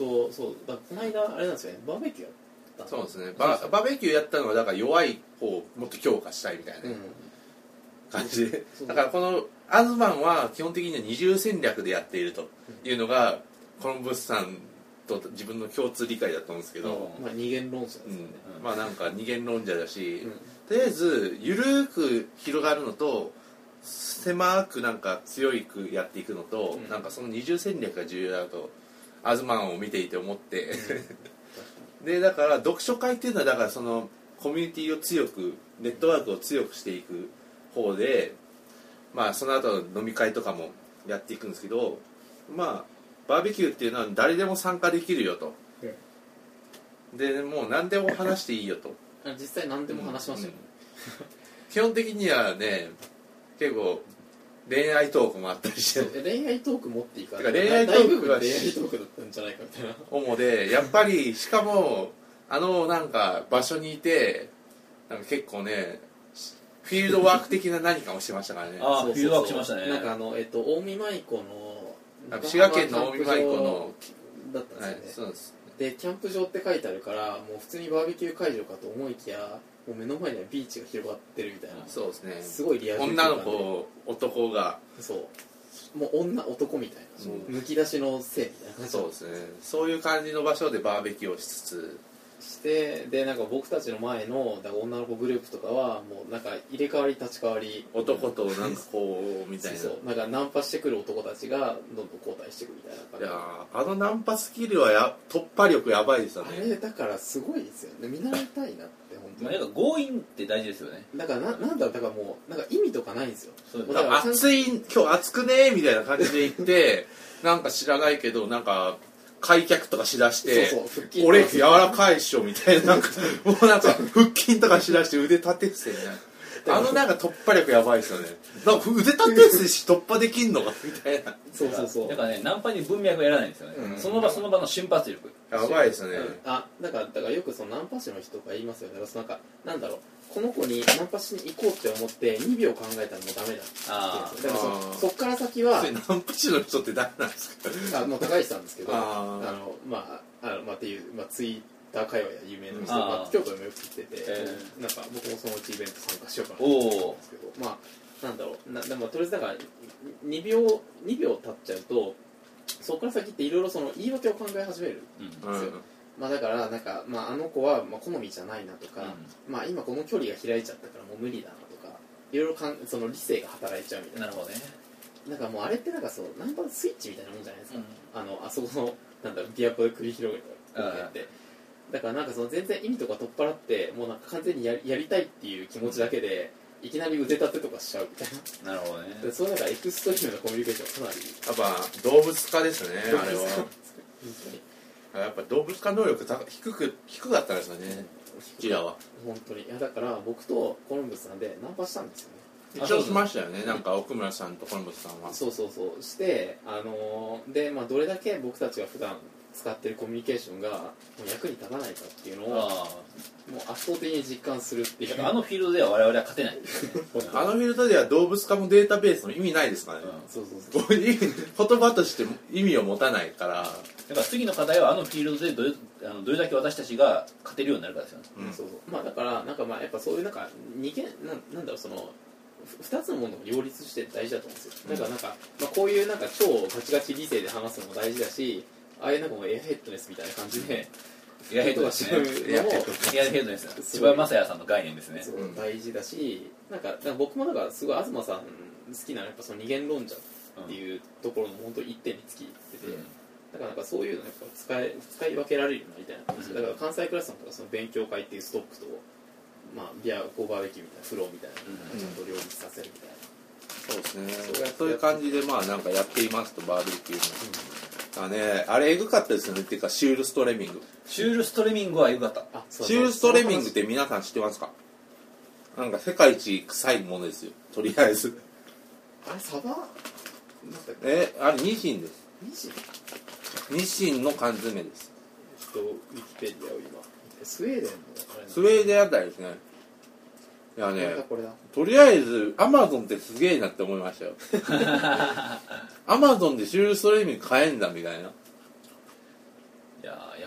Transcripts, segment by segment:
そうだこの間あれなんですよね、バーベキューやったそうですね、バーベキューやったのはだから弱い方をもっと強化したいみたいな感じで、だからこのアズマンは基本的には二重戦略でやっているというのが、コロンブスさんと自分の共通理解だと思うんですけど、 まあ二元論者ですよね、 まあなんか二元論者だし、とりあえずゆるーく広がるのと狭くなんか強くやっていくのと、なんかその二重戦略が重要だとアズマンを見ていて思ってでだから読書会っていうのはだからそのコミュニティを強くネットワークを強くしていく方で、まあその後飲み会とかもやっていくんですけど、まあバーベキューっていうのは誰でも参加できるよと、でもう何でも話していいよと実際何でも話しましたよね、 基本的にはね結構恋愛トークもあったりして、 恋愛トーク持っていいか恋愛トークが恋愛トークだったんじゃないかみたいな主で、やっぱりしかもなんか場所にいてなんか結構ねフィールドワーク的な何かもしてましたからね。 ああ、フィールドワークしましたね。 なんか近江舞子の滋賀県の近江舞子のだったんですよね、 はい、そうです。 でキャンプ場って書いてあるからもう普通にバーベキュー会場かと思いきやもう目の前にはビーチが広がってるみたいな、 そうですね、 すごいリアル女の子男がそうもう女男みたいな、むき出しの性みたいな感じ、 そうですね、そういう感じの場所でバーベキューをしつつしてでなんか僕たちの前のだから女の子グループとかはもうなんか入れ替わり立ち替わり男となんかこうみたいなそうなんかナンパしてくる男たちがどんどん交代していくみたいな感じ。 いやナンパスキルは突破力やばいですよね。 あれだからすごいですよね、見習いたいなって本当に、 なんか強引って大事ですよね。 だからなんだろう、だからもうなんか意味とかないんですよ。 だから暑い今日暑くねみたいな感じで言ってなんか知らないけどなんか開脚とかしだして俺柔らかいっしょみたいな、なんかもうなんか腹筋とかしだして腕立て伏せみたいななんか突破力やばいですよね。なんか腕立て伏せし突破できんのかみたいな。 そうだからね、ナンパに文脈やらないんですよね、その場の瞬発力やばいですね、 だからよくそのナンパ師の人が言いますよね。なんかなんだろう、この子にナンパしに行こうって思って2秒考えたらもうダメだって言うんですよ。だからそっから先はナンパ師の人って誰なんですか？ もう高石さんですけど、っていう、ツイッター会話や有名な人、京都にもよく来てて、なんか僕もそのうちイベント参加しようかなと思ってたんですけど、なんだろうでもとりあえずだから2秒経っちゃうとそこから先っていろいろその言い訳を考え始めるんですよ。だからなんか、あの子は好みじゃないなとか、今この距離が開いちゃったからもう無理だなとか、いろいろその理性が働いちゃうみたいな。 なるほどね。 なんかもうあれってなんかそうナンパのスイッチみたいなもんじゃないですか、あそこのなんだろうビアポで繰り広げた公園って。だからなんかその全然意味とか取っ払ってもうなんか完全にやりたいっていう気持ちだけで、いきなり腕立てとかしちゃうみたいな。 なるほどね。 そうなんかエクストリームなコミュニケーションかなりやっぱ動物化ですね、あれは。やっぱ動物化能力低かったですよね、ジラは。 本当に。いやだから僕とコロンブスさんでナンパしたんですよね。 一応しましたよね、なんか奥村さんとコロンブスさんは。 そうしてでどれだけ僕たちが普段使ってるコミュニケーションがもう役に立たないかっていうのをもう圧倒的に実感するっていう。 あのフィールドでは我々は勝てないあのフィールドでは動物化もデータベースの意味ないですからね、言葉として意味を持たないから。 だから次の課題はあのフィールドでどれだけ私たちが勝てるようになるかですよね。 だからなんかやっぱそういうなんかなんだろう、その2つのものが両立して大事だと思うんですよ。だからなんか、こういうなんか超ガチガチ理性で話すのも大事だし、ああいうなんかもうエアヘッドネスみたいな感じでエアヘッドネスね。エアヘッドネス千葉雅也さんの概念ですね。 大事だし、なんか僕もだからすごい東さん好きなのはやっぱその二元論者っていうところの本当一点に尽きてて、だからなんかそういうのやっぱ使い分けられるようになりたいなと思うんですよ。だから関西クラスのとかその勉強会っていうストックとビアゴーバーベキューみたいなフローみたいなのをちゃんと両立させるみたいな。 そうですね。そういう感じでなんかやっていますと、バーベキューも。あれエグかったですよね。っていうかシュールストレミング。 シュールストレミングはエグかった。 シュールストレミングって皆さん知ってますか？なんか世界一臭いものですよ。とりあえず。 あれサバ？ あれニシンです。 ニシンの缶詰です。 ウィキペディアを今スウェーデンのスウェーデンあたりですね。いやね、 これだとりあえずアマゾンってすげえなって思いましたよ。アマゾンでシュールストレミング買えんだみたいな。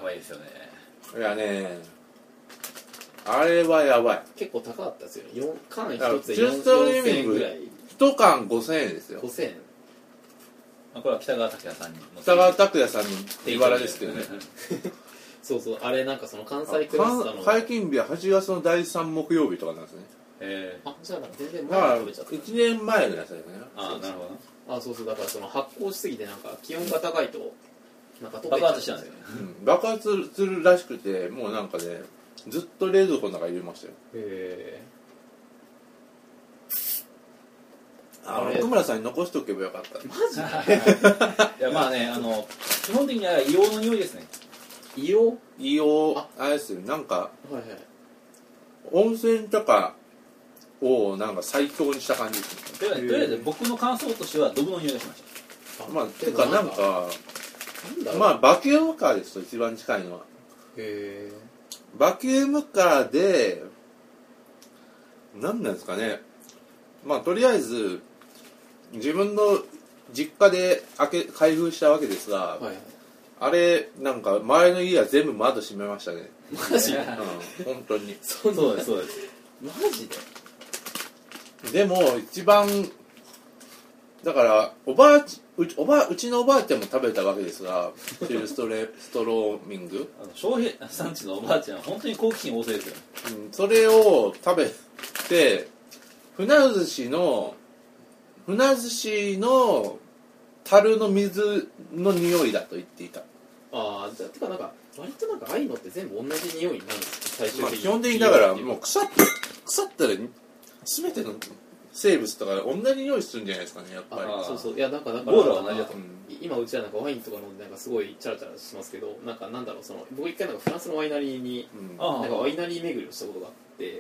ばいですよね。 いやね、あれはやばい。 結構高かったですよね。缶1つで 4000 円ぐらい。 1缶5000円ですよ。 5000円。 これは北川拓也さんに北川拓也さんの手柄ですけどね。 そうそう、あれなんかその関西クラスターの解禁日は8月の第3木曜日とかなんですね。 じゃあなんか全然だから前に食べちゃった。 1年前のやつだよね。 ああ、なるほど。 そうそう、だからその発酵しすぎてなんか気温が高いとなんか爆発しちゃうんですよね。 爆発するらしくて、もうなんかね、ずっと冷蔵庫の中に入れましたよ。奥村さんに残しておけばよかった。 マジでいやまあね、基本的には硫黄の匂いですね。 硫黄あれですよ、なんか、 はいはい、 温泉とかをなんか最強にした感じですね。 とりあえず僕の感想としてはドブの匂いがしました。 まあてかなんかまあバキュームカーですと一番近いのは。バキュームカーで何なんですかね。まあとりあえず自分の実家で開封したわけですが、 はいはい、 あれなんか前の家は全部窓閉めましたね。 マジで、 本当にそうですそうです。 マジで。 でも一番だからうちのおばあちゃんも食べたわけですが、シルストローミング翔平さんちのおばあちゃんは本当に好奇心旺盛ですよ、 それを食べて船寿司の樽の水の匂いだと言っていた。 てかなんか割となんかああいうのって全部同じ匂いになるんですよ最終的に。 基本的にだからもう腐ったら全ての生物とか同じ匂いするんじゃないですかね、やっぱり。 そうそう、いやだからゴールは同じだと思う。 今うちはなんかワインとか飲んでなんかすごいチャラチャラしますけど、なんかなんだろう、その僕一回なんかフランスのワイナリーに、なんかワイナリー巡りをしたことがあって、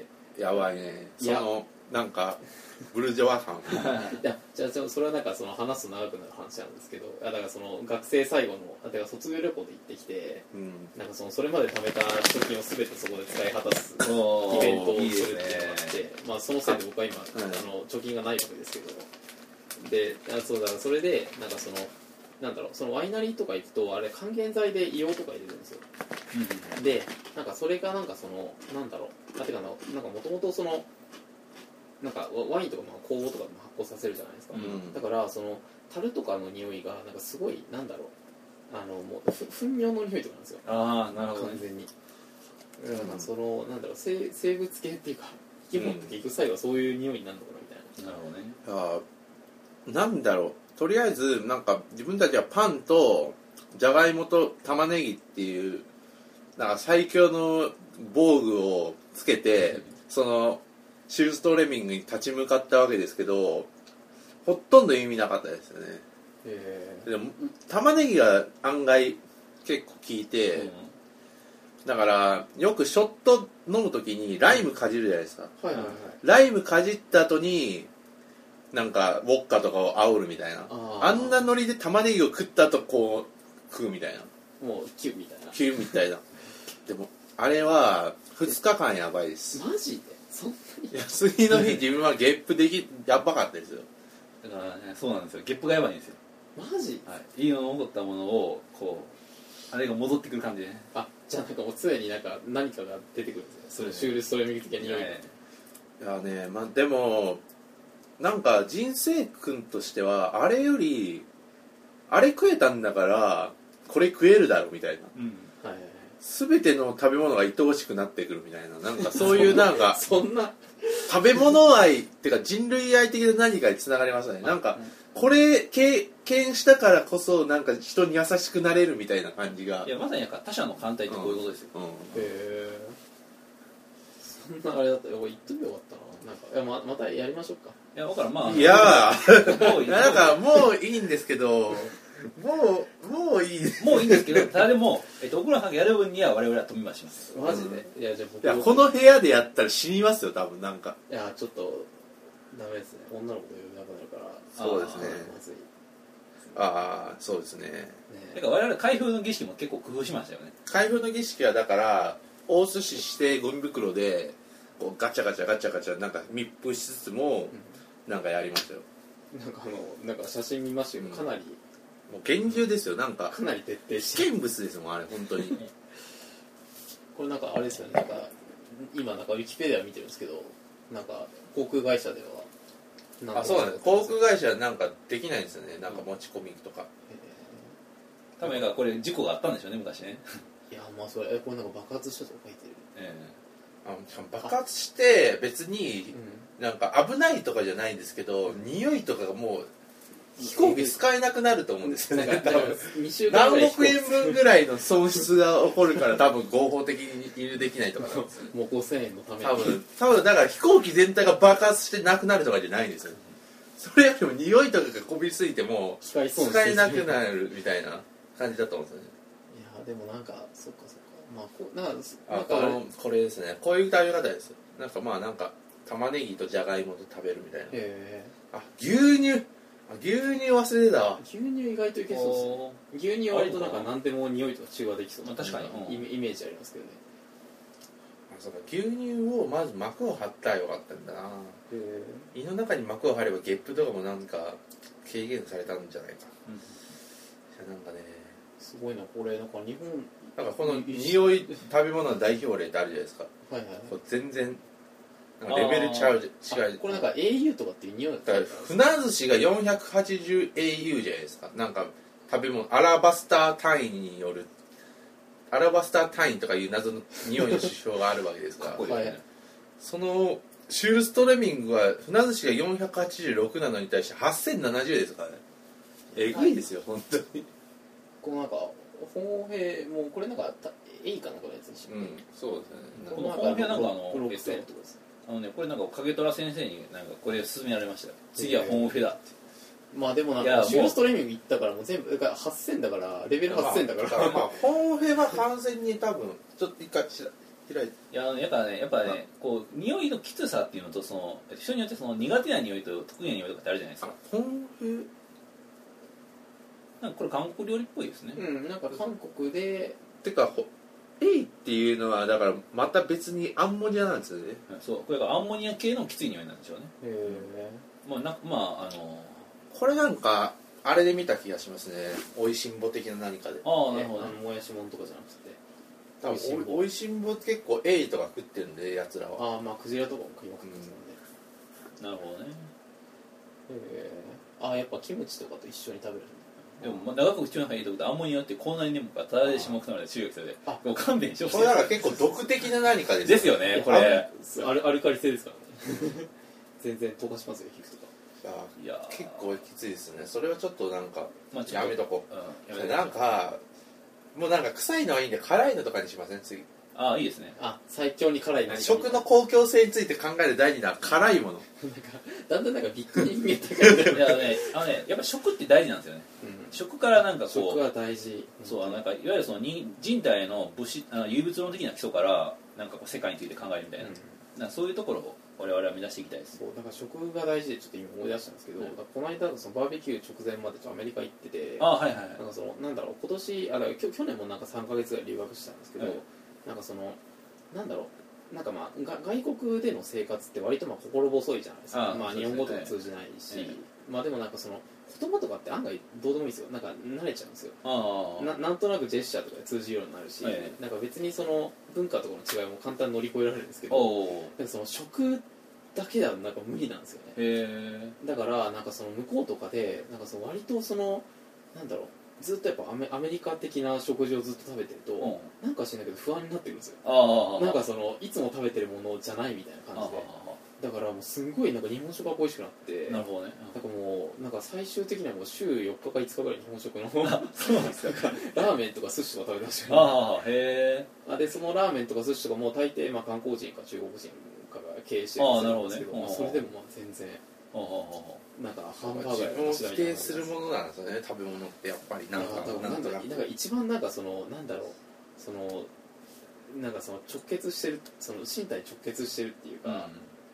やばいね。なんかブルジョワ感いやじゃあそれはなんかその話すと長くなる話なんですけど、だからその学生最後のだから卒業旅行で行ってきて、なんかそれまで貯めた貯金を全てそこで使い果たすイベントをするっていうのがあって、まあそのせいで僕は今貯金がないわけですけど、でそうだからそれでなんかなんだろう、そのワイナリーとか行くとあれ還元剤で硫黄とか入れるんですよ。でなんかそれがなんかなんだろう、てかなんかもともとなんかワインとかも酵母とかでも発酵させるじゃないですか、だから樽とかの匂いがなんかすごいなんだろう、もう糞尿の匂いとかなんですよ。 なるほど、ね、 完全に。だからなんだろう、生物系っていうか生き物って結局最後はそういう匂いになるのかなみたいな。 なるほどね。 なんだろう、とりあえずなんか自分たちはパンとじゃがいもと玉ねぎっていうなんか最強の防具をつけてシルストレミングに立ち向かったわけですけど、ほとんど意味なかったですよね。でも玉ねぎが案外結構効いて、だからよくショット飲むときにライムかじるじゃないですか、ライムかじった後になんかウォッカとかを煽るみたいな、あんなノリで玉ねぎを食った後こう食うみたいな、 もうキューみたいなでもあれは2日間やばいです。 マジでそんなに。 次の日自分はゲップやばかったですよ。 だからね、そうなんですよ、ゲップがやばいんですよ。 マジ、 いいの残ったものをあれが戻ってくる感じでね。 じゃあなんかもう常になんか何かが出てくるんですね、シュールストレミング的な匂い。 いやね、まあでもなんか人生君としてはあれよりあれ食えたんだからこれ食えるだろみたいな、全ての食べ物が愛おしくなってくるみたいな、なんかそういうなんかそんな食べ物愛っていうか人類愛的な何かにつながりますね。なんかこれ経験したからこそなんか人に優しくなれるみたいな感じが。 いやまさになんか他者の艦隊ってこういうことですよ。 そんなあれだったら言っとけばよかったな。なんかまたやりましょうか。 いやだからまあいやなんかもういいんですけどもういいんですけど、ただでも奥村さんがやる分には我々は飛び回します。 マジで。いやじゃあいやこの部屋でやったら死にますよ多分。なんかいやちょっとダメですね、女の子と呼べなくなるから。 そうですね、 まずい。 そうですね。 だから我々開封の儀式も結構工夫しましたよね。 開封の儀式はだから大寿司してゴミ袋でこうガチャガチャなんか密封しつつもなんかやりましたよ。 なんか写真見ましたけど、かなりもう厳重ですよ。なんかかなり徹底して危険物ですもんあれ本当にこれなんかあれですよね、なんか今なんかウィキペディア見てるんですけど、なんか航空会社ではそうなんです。航空会社はなんかできないんですよね、なんか持ち込みとか。 多分これ事故があったんでしょうね昔ね。 いやまあそれこれなんか爆発したとか書いてる。 しかも爆発して別になんか危ないとかじゃないんですけど、匂いとかがもう飛行機使えなくなると思うんですよね。多分何億円分ぐらいの損失が起こるから多分合法的に輸入できないとかなんですよ。 もう5000円のために多分だから飛行機全体が爆発してなくなるとかじゃないんですよ。それよりも匂いとかがこびりついても使えなくなるみたいな感じだと思うんですよね。 いやでもなんかそっかまあこれですね、こういう食べ方です。なんかまあなんか玉ねぎとじゃがいもと食べるみたいな。牛乳忘れてたわ。 牛乳意外といけそうですね。牛乳は割となんか何でも匂いとか中和できそうな、 確かにイメージありますけどね。 そうか、牛乳をまず膜を張ったらよかったんだな。胃の中に膜を張ればゲップとかもなんか軽減されたんじゃないか。なんかねすごいな、これなんか日本なんかこの匂い食べ物の代表例ってあるじゃないですか。これ全然なんかレベル違う。 これなんか au とかっていう匂いだった。 船寿司が 480au じゃないですか。なんか食べ物アラバスター単位によるアラバスター単位とかいう謎の匂いの指標があるわけですからそのシュールストレミングは船寿司が486なのに対して8070ですからね。えぐいですよ本当に。 このなんか本兵もこれなんかエイかなんかのやつでしたっけ。 そうですね。 この本兵はなんかこれなんか影虎先生になんかこれ勧められましたよ。次は本フェだって。 まあでもなんかシュールストレミングいったからもう全部だから8000だからレベル8000だからまあ本フェは完全に多分ちょっと一回開いて。 いややっぱねこう匂いのきつさっていうのとその人によってその苦手な匂いと得意な匂いとかってあるじゃないですか。 本フェなんかこれ韓国料理っぽいですね。 なんか韓国でてかエイっていうのはだからまた別にアンモニアなんですよね。 そうこれがアンモニア系のきつい匂いなんでしょうね。 これなんかあれで見た気がしますね。おいしんぼ的な何かで。 なるほどね。 もやしもんとかじゃなくて多分おいしんぼ結構エイとか食ってるんでやつらは。 まあクジラとかも食いまくってますもんね。 なるほどね。やっぱキムチとかと一緒に食べるんだ。 でも長く口の中に入れておくとアンモニアって口内粘膜がただでしまくなので注意が必要でもう勘弁してほしい。 これだから結構毒的な何かですよね。これアルカリ性ですからね全然溶かしますよ皮膚とか。 いや結構きついですね。それはちょっとなんかやめとこう。なんかもうなんか臭いのはいいんで辛いのとかにしません次。 いいですね。 最強に辛い何食の公共性について考える第二弾は辛いものだんだんなんかビッグに見えてくる。 いややっぱ食って大事なんですよね。食からなんかこう食は大事。 そうなんかいわゆるその人体の有物論的な基礎からなんかこう世界について考えるみたいな、そういうところを我々は目指していきたいです。 そうだから食が大事でちょっと今思い出したんですけど、この間そのバーベキュー直前までアメリカ行ってて、なんかそのなんだろう今年去年もなんか3ヶ月ぐらい留学したんですけど、なんかそのなんだろうなんかまあ外国での生活って割とまあ心細いじゃないですか。まあ日本語とか通じないし、まあでもなんかその言葉とかって案外どうでもいいですよ。なんか慣れちゃうんですよ。なんとなくジェスチャーとかで通じるようになるし、なんか別にその文化とかの違いも簡単に乗り越えられるんですけど、なんかその食だけではなんか無理なんですよね。だからなんかその向こうとかでなんかその割とそのなんだろうずっとやっぱアメリカ的な食事をずっと食べてると、なんか知らないけど不安になってくるんですよ。なんかそのいつも食べてるものじゃないみたいな感じで。だからもうすんごいなんか日本食が恋しくなって、 なるほどね。 なんかもうなんか最終的にはもう週4日か5日ぐらい日本食のそうなんですよ。ラーメンとか寿司とか食べてましたよね。でそのラーメンとか寿司とかもう大抵まあ韓国人か中国人かが経営してるんですけど、それでもまあ全然なんかハンバーガーや自分を否定するものなんですよね。食べ物ってやっぱりなんか一番なんかそのなんだろうそのなんかその直結してるその身体直結してるっていうか、なんだろ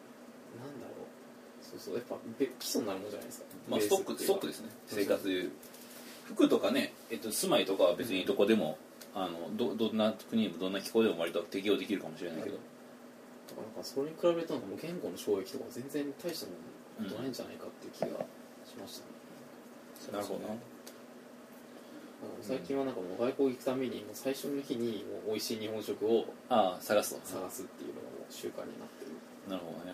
うそうやっぱ基礎になるものじゃないですか。 ストックですね。生活でいう服とかね、住まいとかは別にどこでもどんな国でもどんな気候でも割と適用できるかもしれないけど、 なんかそれに比べるとなんかもう言語の衝撃とか全然大したものじゃないんじゃないかっていう気がしましたね。 なるほどな。 最近はなんかもう外国行くためにもう最初の日にもう美味しい日本食を探すっていうのがもう習慣になってる。 なるほどね。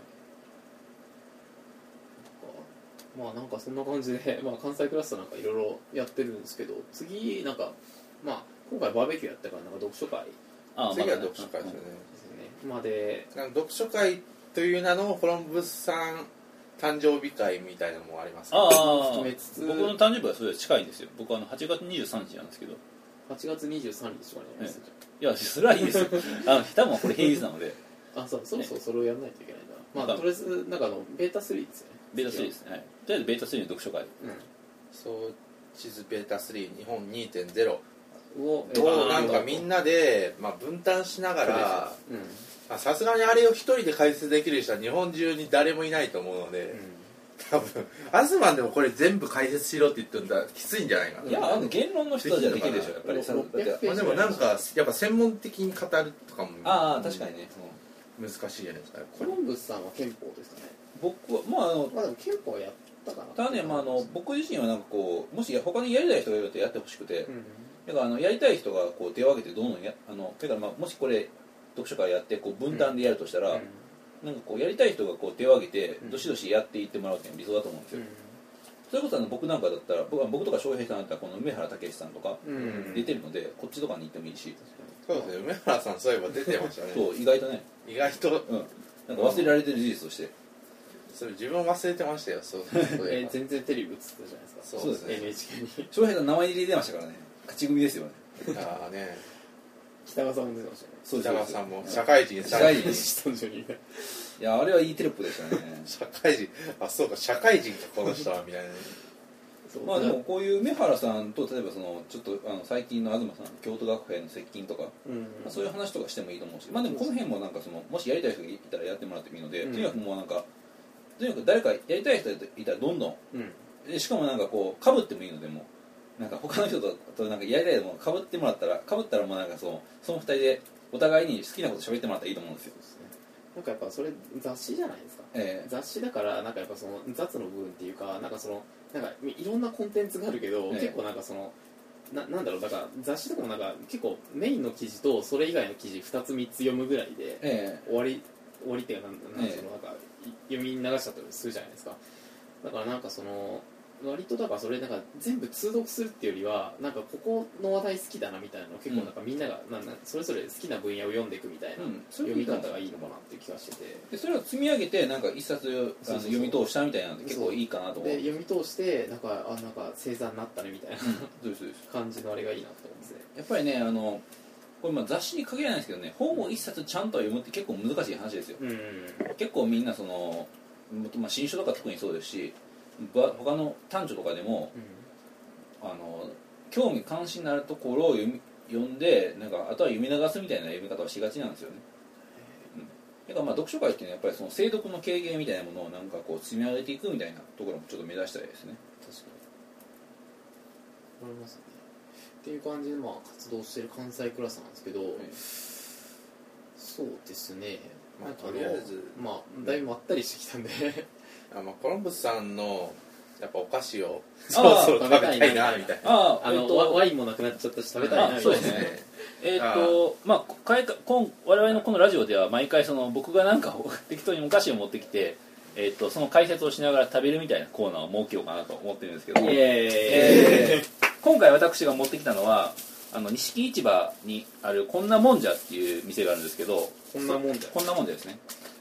まあなんかそんな感じで、まあ、関西クラスターなんかいろいろやってるんですけど、次なんかまあ今回バーベキューやったからなんか読書会、 次は読書会ですよね。 まで読書会という名のコロンブスさん誕生日会みたいなのもありますね。 僕の誕生日はそれ近いんですよ。僕は8月23日なんですけど。 8月23日とかにやります。 いやそれはいいですよ。多分これ平日なので。 そうそれをやらないといけないんだ。まあとりあえずなんかベータ3ですよね。 ベータ3ですね。とりあえずベータ3の読書会。 そう地図ベータ3日本 2.0 をなんかみんなで分担しながら、さすがにあれを一人で解説できる人は日本中に誰もいないと思うので、多分アズマンでもこれ全部解説しろって言ってるんだきついんじゃないかな。 いや言論の人じゃできるでしょやっぱり。 でもなんかやっぱ専門的に語るとかも確かにね難しいじゃないですか。 コロンブスさんは憲法ですかね。 僕はでも憲法はやったかな。 ただね僕自身はなんかこうもし他にやりたい人がいるとやってほしくて、だからやりたい人がこう手を挙げてどんどんだからもしこれ読書会やってこう分担でやるとしたら、なんかこうやりたい人がこう手を挙げてどしどしやっていってもらうっていうのが理想だと思うんですよ。それこそ僕なんかだったら僕とか翔平さんだったらこの梅原武さんとか出てるのでこっちとかに行ってもいいし。 そうですね、梅原さんそういえば出てましたね。 そう意外とねなんか忘れられてる事実としてそれ自分忘れてましたよ。 全然テレビ映ってたじゃないですか。 そうですね。 NHK に翔平さん名前入りで出ましたからね。勝ち組ですよね。 北川さんも出てましたね。 北川さんも社会人いやあれはいいテロップでしたね。 社会人そうか社会人かこの人はみたいな。 でもこういう梅原さんと例えばちょっと最近の東さん京都学会の接近とか、そういう話とかしてもいいと思うし、でもこの辺もなんかもしやりたい人がいたらやってもらってもいいので、とにかくもうなんかとにかく誰かやりたい人がいたらどんどん、しかもなんかこう被ってもいいのでもなんか他の人となんかやりたいもの被ってもらったらもうなんかその2人でお互いに好きなこと喋ってもらったらいいと思うんですよ。 なんかやっぱそれ雑誌じゃないですか。雑誌だからなんかやっぱその雑の部分っていうかなんかいろんなコンテンツがあるけど、結構なんかなんだろうだから雑誌とかもなんか結構メインの記事とそれ以外の記事2つ3つ読むぐらいで、終わりっていうかなんか読み流しちゃったりするじゃないですか。だからなんか割とだからそれなんか全部通読するっていうよりはなんかここの話題好きだなみたいなのを結構なんかみんながそれぞれ好きな分野を読んでいくみたいな読み方がいいのかなっていう気がしてて、 でそれを積み上げてなんか一冊読み通したみたいなので結構いいかなと思う。で読み通してなんか正座になったねみたいな感じのあれがいいなと思うんですね。 やっぱりねこれ雑誌に限らないですけどね、本を一冊ちゃんと読むって結構難しい話ですよ。結構みんな新書とか特にそうですし他の短調とかでも、興味関心のあるところを読んでなんかあとは読み流すみたいな読み方をしがちなんですよね。だから読書会っていうのはやっぱりその精読の軽減みたいなものをなんかこう積み上げていくみたいなところもちょっと目指したいですね。 確かに思いますね。っていう感じで活動してる関西クラスなんですけど、そうですね。 とりあえずだいぶまったりしてきたんでコロンブスさんのやっぱお菓子を食べたいなみたいな。 ワインもなくなっちゃったし食べたいなみたいな。 そうですね。我々のこのラジオでは毎回僕がなんか適当にお菓子を持ってきて、その解説をしながら食べるみたいなコーナーを設けようかなと思ってるんですけど、今回私が持ってきたのは錦市場にあるこんなもんじゃっていう店があるんですけど、 こんなもんじゃですね。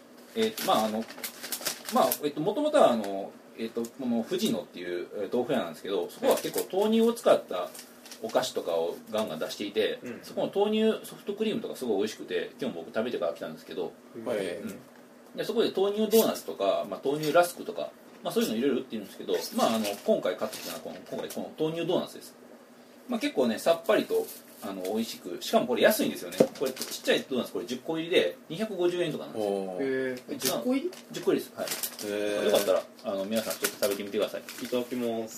もともとはこの藤野っていう豆腐屋なんですけど、そこは結構豆乳を使ったお菓子とかをガンガン出していて、そこの豆乳ソフトクリームとかすごい美味しくて今日も僕食べてから来たんですけど、でそこで豆乳ドーナツとか、豆乳ラスクとか、そういうのいろいろ売ってるんですけど、今回買ってきたのはこの豆乳ドーナツです。結構ねさっぱりと美味しく、しかもこれ安いんですよね。これちっちゃいドーナツこれ10個入りで250円とかなんですよ。 10個入り ？10個入りです。はい。よかったら皆さんちょっと食べてみてください。 いただきます。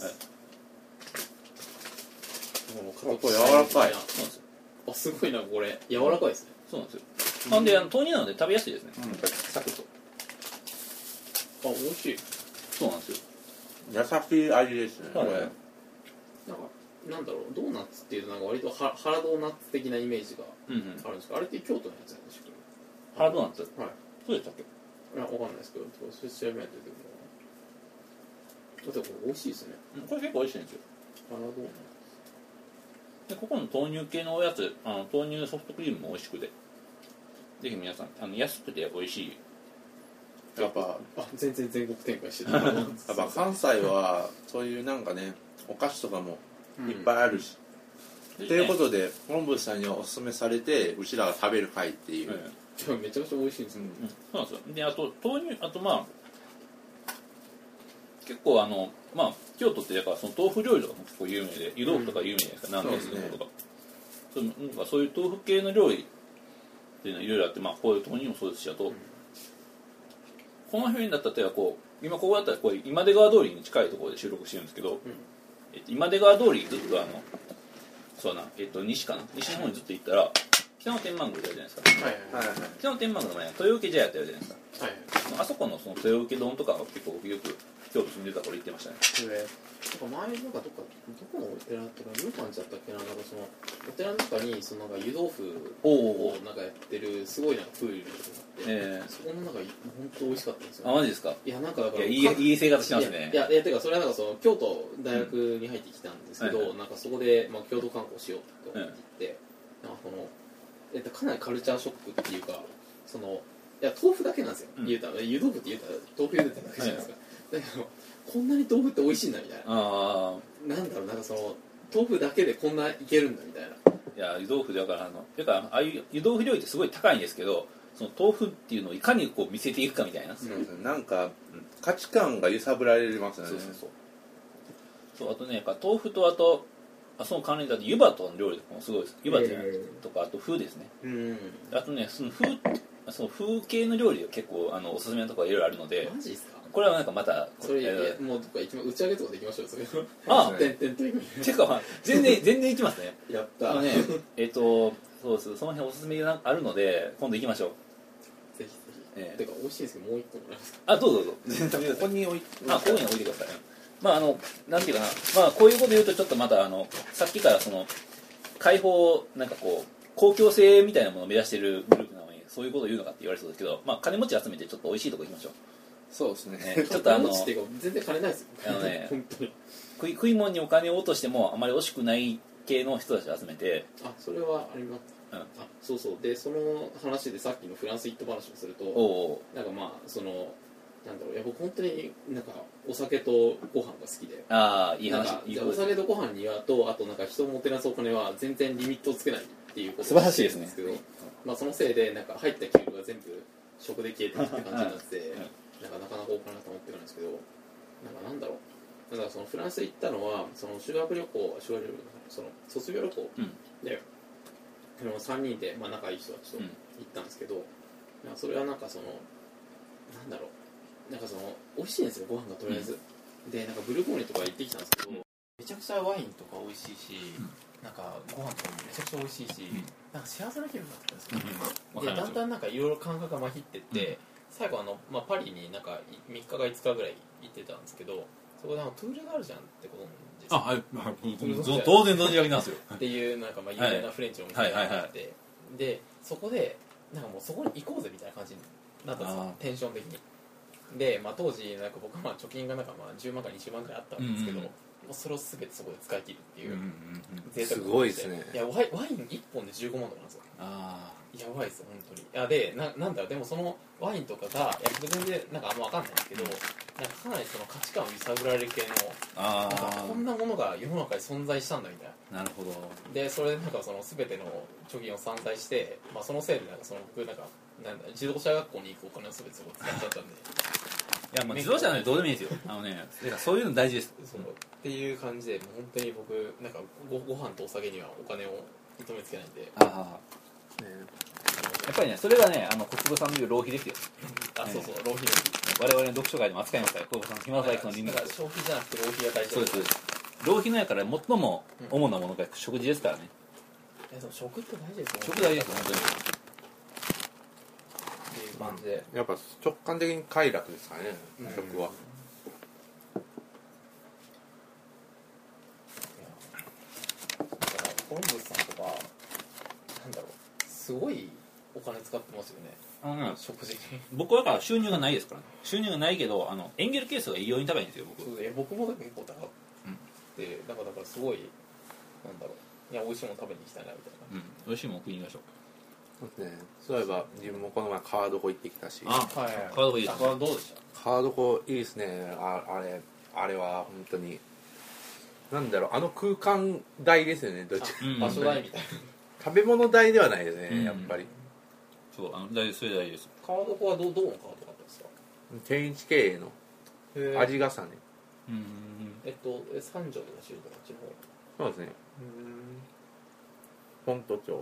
これ柔らかい。 そうなんですよ。 すごいなこれ柔らかいですね。 そうなんですよ。なんで豆乳なので食べやすいですね。サクッと。 美味しい。 そうなんですよ。 優しい味ですね。 なんかなんだろう、ドーナツっていうとなんか割とハラドーナツ的なイメージがあるんですけど、あれって京都のやつなんでしょうハラドーナツ、 はい、 そうでしたっけ？ いや、わかんないですけど、それ調べないと出てくるのかな。だってこれ美味しいですね。 これ結構美味しいんですよ。 ハラドーナツで、ここの豆乳系のおやつ、豆乳ソフトクリームも美味しくて、ぜひ皆さん安くて美味しい。 やっぱ全然全国展開してる。 やっぱ関西はそういうなんかね、お菓子とかもいっぱいあるし、ということで本部さんにおすすめされてうちらが食べる会っていう、 めちゃくちゃ美味しいですね。 そうなんですよ。で、あと豆乳、あとまあ結構まあ京都ってやっぱその豆腐料理とかも結構有名で、湯豆腐とか有名じゃないですか、南蛮とか。そういう豆腐系の料理っていうのはいろいろあって、まあこういう豆乳もそうですし、あと、この辺だったらこう今ここだったらこう今出川通りに近いところで収録してるんですけど、今出川通りずっとそうな西かな、西の方にずっと行ったら北野天満宮ってあるじゃないですか。北野天満宮の前に豊受茶屋ってあるじゃないですか。あそこのその豊受丼とかは結構よく京都住んでた頃行ってましたね。 前なんかどこのお寺だったかな、ルーパンちゃったっけな、なんかそのお寺の中にそのなんか湯豆腐をなんかやってるすごいなんかプールがあって、そこの中本当美味しかったんですよ。 あ、マジですか？ いやなんかだからいい生活しますね。 いやてかそれはなんかその京都大学に入ってきたんですけど、なんかそこでまあ京都観光しようと思って行って、なんかこのかなりカルチャーショックっていうか、そのいや豆腐だけなんですよ。言うたら湯豆腐って言うたら豆腐茹でてるだけじゃないですか。だけどこんなに豆腐って美味しいんだみたいな。なんだろう、なんかその豆腐だけでこんないけるんだみたいな。 いや湯豆腐だからああいう湯豆腐料理ってすごい高いんですけど、その豆腐っていうのをいかにこう見せていくかみたいな。 なんか価値観が揺さぶられますよね。 そうあとね、やっぱ豆腐とその関連だと湯葉との料理とかもすごいです。湯葉とかあと風ですね。あとねその風系の料理が結構おすすめのところがいろいろあるので。 マジですか？ これはなんかまたそれもうどっか打ち上げとかできましょう。それてか全然行きますね。 やったね。そうです。その辺おすすめがあるので今度行きましょう。ぜひ。てか美味しいですけどもう一個もらえますか？ あ、どうぞ。 ここに置いてください。まあなんていうかな、まあこういうこと言うとちょっとまたさっきからその開放なんかこう公共性みたいなものを目指しているグループなのにそういうことを言うのかって言われそうですけど、まあ金持ち集めてちょっと美味しいとこ行きましょう。 そうですね。 ちょっと全然金ないですよ。本当に食い物にお金を落としてもあまり惜しくない系の人たちを集めて、 それはあります。そうでその話でさっきのフランス行った話をすると、なんかまあそのなんだろう、いや僕本当になんかお酒とご飯が好きで、 いい話。 お酒とご飯にあとなんか人をもてなすお金は全然リミットをつけないっていうこと素晴らしいですね。 まあそのせいでなんか入った給料が全部食で消えてるって感じになってなかなかお金が貯まってくるんですけど、なんだろう、だからそのフランス行ったのはそのその卒業旅行で、3人で、まあ、仲いい人たちと行ったんですけど、それはなんかそのなんだろう、なんかその美味しいんですよ、ご飯がとりあえず。でなんかブルゴーニュとか行ってきたんですけど、めちゃくちゃワインとか美味しいし、なんかご飯とかもめちゃくちゃ美味しいし、なんか幸せな気分だったんですよ。でだんだんなんかいろいろ感覚がまひってって、最後まあ、パリになんか3日か5日ぐらい行ってたんですけど、そこでトゥールがあるじゃんってことなんですよ。 当然存じ上げますよっていうなんかまあ有名なフレンチのお店があって、でそこでなんかもうそこに行こうぜみたいな感じになったんですよ、テンション的に。で、まあ、当時なんか僕は貯金がなんかまあ10万か20万くらいあったんですけど、もうそれを全てそこで使い切るっていう贅沢すごいですね。 いやワイン1本で15万とかなんですよ。やばいですよ本当に。いやでなんだろう、でもそのワインとかが全然なんかあんま分かんないんですけど、なんかかなりその価値観を揺さぶられる系の、なんかこんなものが世の中に存在したんだみたいな。 なるほど。 でそれでなんかその全ての貯金を散財して、まあ、そのせいでなんかその僕なんか自動車学校に行くお金を全てそこ使っちゃったんで。 いや、まあ自動車なんてどうでもいいですよ。そういうの大事です。 そうっていう感じで、もう本当に僕なんかご飯とお酒にはお金を認めつけないんで。 やっぱりね、それがね、国分さんの言う浪費ですよ。 そう浪費です。 我々の読書会でも扱いますから、国分さんの暇細工の倫理。 消費じゃなくて浪費が大事。 そうです。浪費のやから最も主なものが食事ですからね。 いやでも食って大事ですよ。 食大事ですよ本当に。 っていう感じで、 やっぱ直感的に快楽ですかね、食は。 すごいお金使ってますよね、食事に。 僕はだから収入がないですからね。収入がないけどエンゲル係数が異様に高いんですよ僕も結構高くて、だからすごいなんだろう、いや美味しいもの食べに行きたいなみたいな、 美味しいもの食いに行きましょう。 そうですね。そういえば自分もこの前川床行ってきたし。 カードコいいですね。 どうでした？ 川床いいですね。あれは本当になんだろう、あの空間代ですよね。どっち場所代みたいな。 食べ物代ではないですね、やっぱり。 そうそれ大事です。 川床はどの川床だったんですか？ 天一経営の味がさね。 三条とか周とか地方。そうですね。本都町。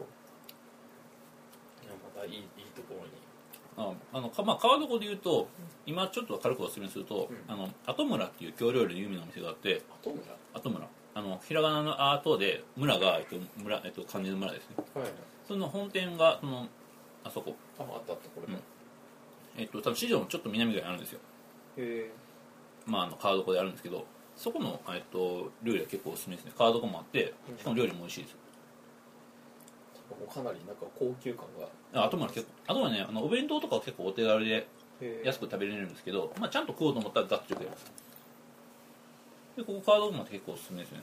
またいいところに。 川床で言うと、今ちょっと軽くお勧めすると、後村っていう京料理で有名なお店があって。後村。ひらがなのアートで村が漢字の村ですね。その本店があそこ。 あったこれ。 多分市場のちょっと南ぐらいにあるんですよ。川床であるんですけど、そこの料理は結構おすすめですね。川床もあって、しかも料理も美味しいです。 かなりなんか高級感が。あとはね、お弁当とかは結構お手軽で安く食べれるんですけど、ちゃんと食おうと思ったらガッと食えます。でここ川床も結構おすすめですね。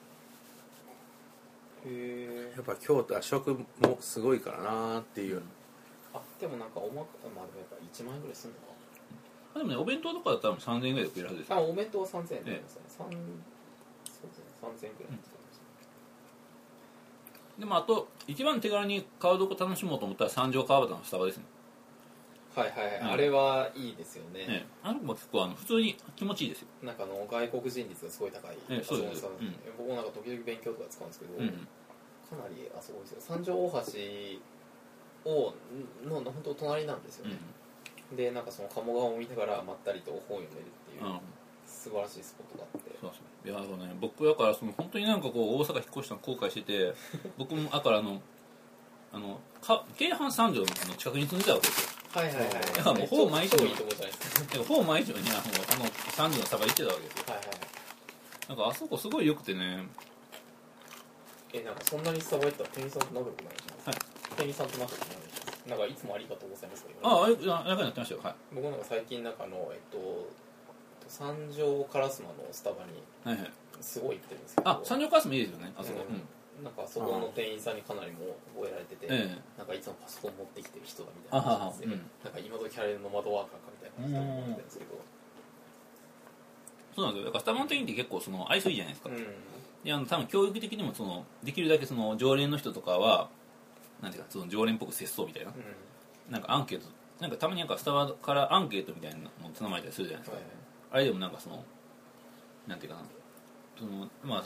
やっぱ京都は食もすごいからなっていう。 でもなんかでもやっぱ1万円ぐらいするのか。 でもね、お弁当とかだったら3000円ぐらいで食えるはずです。 お弁当は3000円ですね。そうですね、3000円ぐらいです。 でもあと一番手軽に川床楽しもうと思ったら三条川端のスタバですね。 あれはいいですよね。 あの子も結構普通に気持ちいいですよ。 なんか外国人率がすごい高い。 そうです。 僕もなんか時々勉強とか使うんですけど、かなりすごいですよ。三条大橋の本当隣なんですよね。でなんかその鴨川を見ながらまったりと本を読めるっていう素晴らしいスポットがあって。 そうですね。いやね、僕だから本当になんか大阪引っ越したの後悔してて、僕もだから京阪三条の近くに住んでたわけですよ。だからもうほぼ毎日の三条のサバ行ってたわけですよ。なんかあそこすごい良くてね。 なんかそんなにサバ行ったら店員さんと仲良くなるじゃないですか。店員さんと仲良くなるじゃないですか。なんかいつもありがとうございます。 仲良くなってましたよ。 僕なんか最近なんか三条烏丸のスタバにすごい行ってるんですけど。 三条烏丸いいですよね。あそこ。 なんかそこの店員さんにかなりも覚えられてて、なんかいつもパソコン持ってきてる人だみたいな感じで、なんか今時キャレの窓ワーカーかみたいな人に思ってるんですけど。 そうなんですよ。だからスタバの店員って結構愛想いいじゃないですか。で多分教育的にもできるだけ常連の人とかはなんていうか常連っぽく接そうみたいな、なんかアンケートなんかたまになんかスタバからアンケートみたいなのを頼まれたりするじゃないですか。あれでもなんかなんていうかな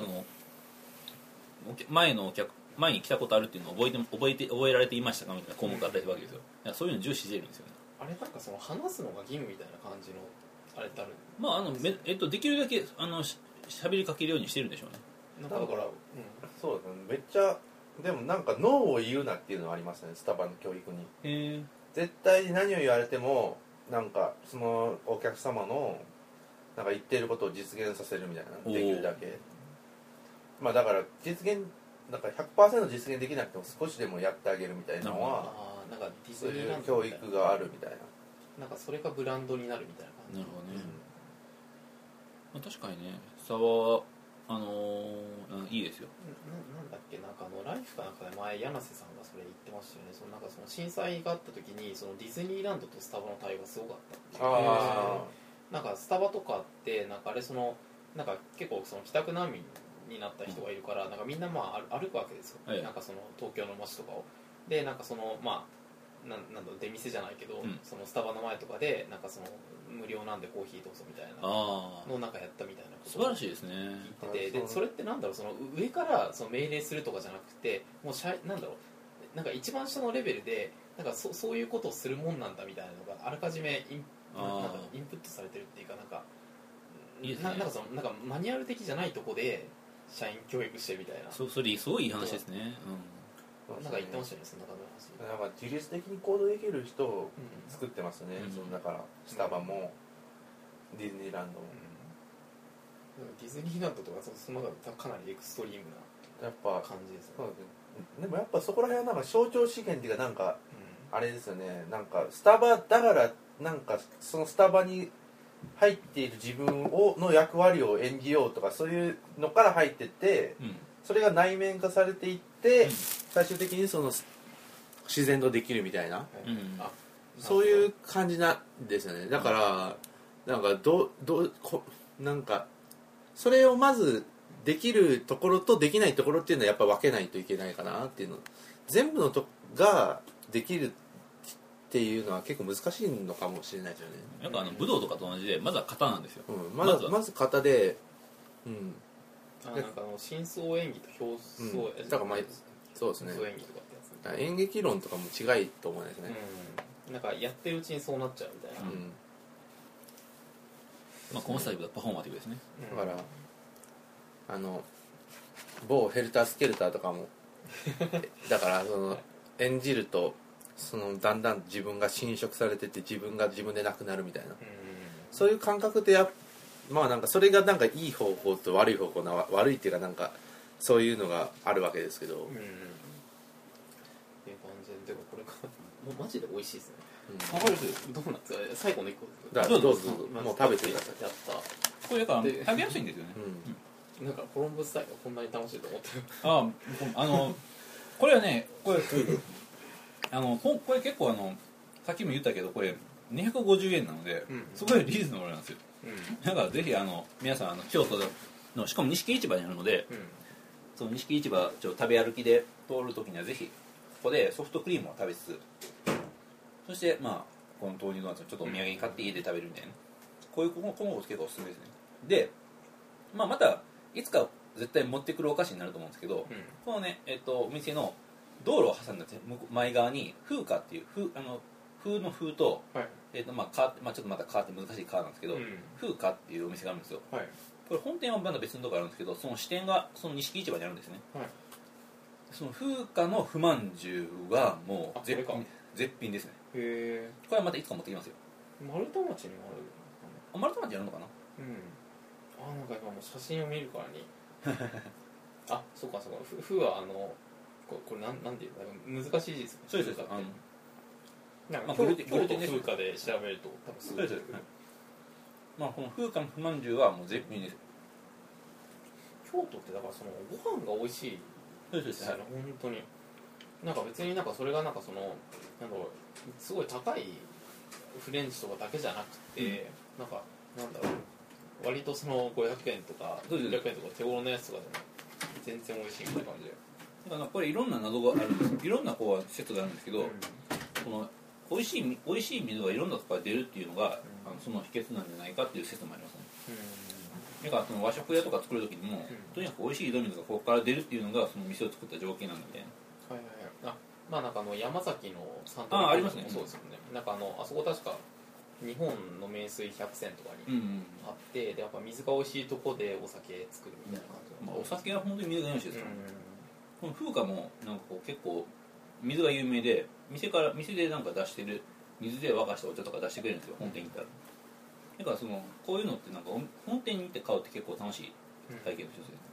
前に来たことあるっていうのを覚えられていましたかみたいな項目があったりするわけですよ。そういうの重視してるんですよね。 あれなんか話すのが義務みたいな感じのあれってある？ できるだけ喋りかけるようにしてるんでしょうね。 だから、 そうですね。めっちゃでもなんかノーを言うなっていうのはありますね、スタバの教育に。絶対に何を言われてもなんかそのお客様のなんか言っていることを実現させるみたいな、できるだけ。だからなんか 100% 実現できなくても少しでもやってあげるみたいなのは、 なんかディズそういうニーランド教育があるみたいな。 なんかそれがブランドになるみたいな感じ。 なるほどね。確かにね、スタバはいいですよ。 なんだっけ、なんかライフかなんかで前柳瀬さんがそれ言ってましたよね。なんか震災があった時にディズニーランドとスタバの対応がすごかったっていう。なんかスタバとかってなんかあれなんか結構帰宅難民になった人がいるから、なんかみんな歩くわけですよ。なんか東京の街とかを。でなんかなんだ出店じゃないけど、スタバの前とかでなんか無料なんでコーヒーどうぞみたいなのなんかやったみたいなこと素晴らしいですね。 言ってて、でそれってなんだろう、上から命令するとかじゃなくて、もうなんだろう、なんか一番下のレベルでなんかそういうことをするもんなんだみたいなのがあらかじめインプットされてるっていうか、なんかいいですね。なんかマニュアル的じゃないとこで社員教育してみたいな。 それすごいいい話ですね。 なんか言ってましたよね、そんな感じの話。 なんか自律的に行動できる人を作ってますね。だからスタバもディズニーランドも。 ディズニーランドとかそのかなりエクストリームな感じですね。 でもやっぱそこら辺はなんか象徴資源っていうかなんかあれですよね、なんかスタバだからなんかそのスタバに入っている自分の役割を演じようとかそういうのから入ってって、それが内面化されていって、最終的にその自然とできるみたいな、そういう感じなんですよね。だからなんかなんかそれをまずできるところとできないところっていうのはやっぱ分けないといけないかなっていうの、全部のができるっていうのは結構難しいのかもしれないですよね。 なんか武道とかと同じでまずは型なんですよ、 まず型で、 なんか深層演技と表層演技、 だからそうですね、 表層演技とかってやつね、 演劇論とかも違いと思うんですね、 なんかやってるうちにそうなっちゃうみたいな、 まあコンスタイルがパフォーマティブですね、 だから某ヘルタースケルターとかもだからその演じるとそのだんだん自分が侵食されてって自分が自分でなくなるみたいな、そういう感覚でまあなんかそれがなんかいい方向と悪い方向な、悪いっていうかなんかそういうのがあるわけですけど、っていう感じで、でもこれもうマジで美味しいですね。 わかる。 ドーナツ最後の1個だからどうぞもう食べてください。 やった。 これだから食べやすいんですよね。 なんかコロンブスタイルがこんなに楽しいと思ってる。 これはね、これ結構さっきも言ったけどこれ250円なので、すごいリーズナブルなんですよ。だからぜひ皆さん京都のしかも錦市場にあるので、その錦市場食べ歩きで通るときにはぜひここでソフトクリームを食べつつ、そしてまあこの豆乳ドーナツをちょっとお土産に買って家で食べるみたいな、このこと結構おすすめですね。で、またいつか絶対持ってくるお菓子になると思うんですけど、このねお店の道路を挟んだ前側に風花っていう風の風と、ちょっとまた変わって難しい川なんですけど、風花っていうお店があるんですよ。これ本店はまだ別のところあるんですけど、その支店がその錦市場にあるんですね。その風花の不満重はもう絶品ですね。これはまたいつか持ってきますよ。 丸太町にもある。 丸太町やるのかな。 なんか今もう写真を見るからにそうか風はこれなんていうか難しいですね。 そうです。 なんか京都風花で調べると多分すごい出てくる。 この風花の不満重はもう絶品です。 京都ってだからそのご飯が美味しいですよね、本当に。なんか別になんかそれがなんかそのなんだろう、すごい高いフレンチとかだけじゃなくて、なんだろう、割とその500円とか600円とか手頃のやつとかでも全然美味しいみたいな感じで。 だからこれいろんな謎があるんです。いろんな説があるんですけど、この美味しい水がいろんなところから出るっていうのが、その秘訣なんじゃないかっていう説もありますね。だからその和食屋とか作る時にも、とにかく美味しい井戸水がここから出るっていうのがその店を作った条件なんだみたいな。 なんか山崎のサントリーもそうですよね。なんかあそこ確か日本の名水100選とかにあって、でやっぱ水が美味しいとこでお酒作るみたいな感じ。 お酒は本当に水が命ですから。この風花もなんか結構水が有名で、店でなんか出してる水で沸かしたお茶とか出してくれるんですよ、本店に行ったら。だからこういうのってなんか本店に行って買うって結構楽しい体験の一つですね。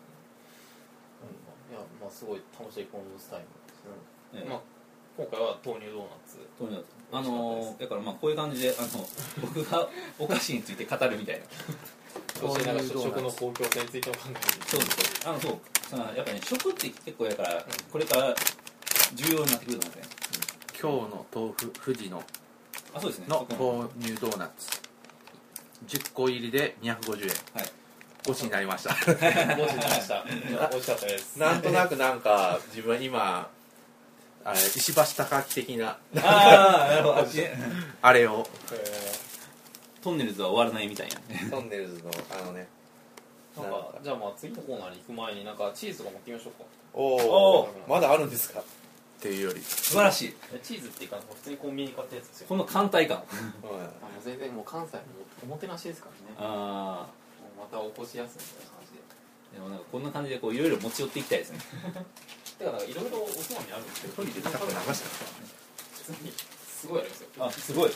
いやすごい楽しいコンボスタイムですね。今回は豆乳ドーナツ。 だからこういう感じで僕がお菓子について語るみたいな。 そしてなんか食の公共性についても考える。 そうやっぱり食って結構やからこれから重要になってくると思うんですね。 今日の豆腐富士のそうですね。 の豆乳ドーナツ10個入りで250円。5時になりました。 5時になりました。美味しかったです。 なんとなくなんか自分は今石橋貴明的ななるほど。 あれをトンネルズは終わらないみたいな。 トンネルズのなんかじゃあ次のコーナーに行く前になんかチーズとか持ってみましょうか。 おまだあるんですかっていうより素晴らしい。 チーズっていうか普通にコンビニ買ったやつですよ。 この艦隊感。 全然もう関西のおもてなしですからね。また起こしやすいみたいな感じで。 でもなんかこんな感じでいろいろ持ち寄っていきたいですね。 てかいろいろおつまみあるんですけど、 トイレでタップ流したからね。 普通にすごいありますよ。 すごい。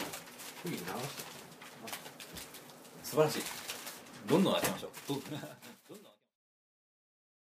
トイレ流した。 素晴らしい。どんどん当てましょう。